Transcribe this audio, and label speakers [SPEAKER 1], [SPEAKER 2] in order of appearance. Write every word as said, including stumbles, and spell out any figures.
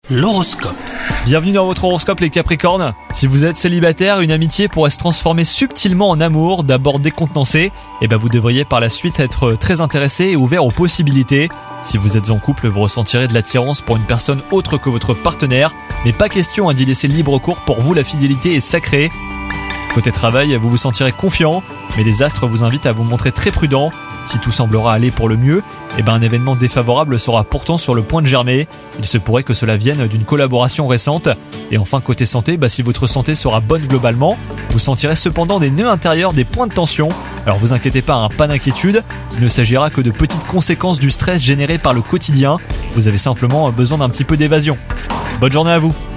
[SPEAKER 1] L'horoscope.
[SPEAKER 2] Bienvenue dans votre horoscope les Capricornes. Si vous êtes célibataire, une amitié pourrait se transformer subtilement en amour, d'abord décontenancé, et ben vous devriez par la suite être très intéressé et ouvert aux possibilités. Si vous êtes en couple, vous ressentirez de l'attirance pour une personne autre que votre partenaire, mais pas question hein, d'y laisser libre cours, pour vous la fidélité est sacrée. Côté travail, vous vous sentirez confiant, mais les astres vous invitent à vous montrer très prudent. Si tout semblera aller pour le mieux, eh ben un événement défavorable sera pourtant sur le point de germer. Il se pourrait que cela vienne d'une collaboration récente. Et enfin côté santé, bah si votre santé sera bonne globalement, vous sentirez cependant des nœuds intérieurs, des points de tension. Alors vous inquiétez pas, hein, pas d'inquiétude, il ne s'agira que de petites conséquences du stress généré par le quotidien. Vous avez simplement besoin d'un petit peu d'évasion. Bonne journée à vous.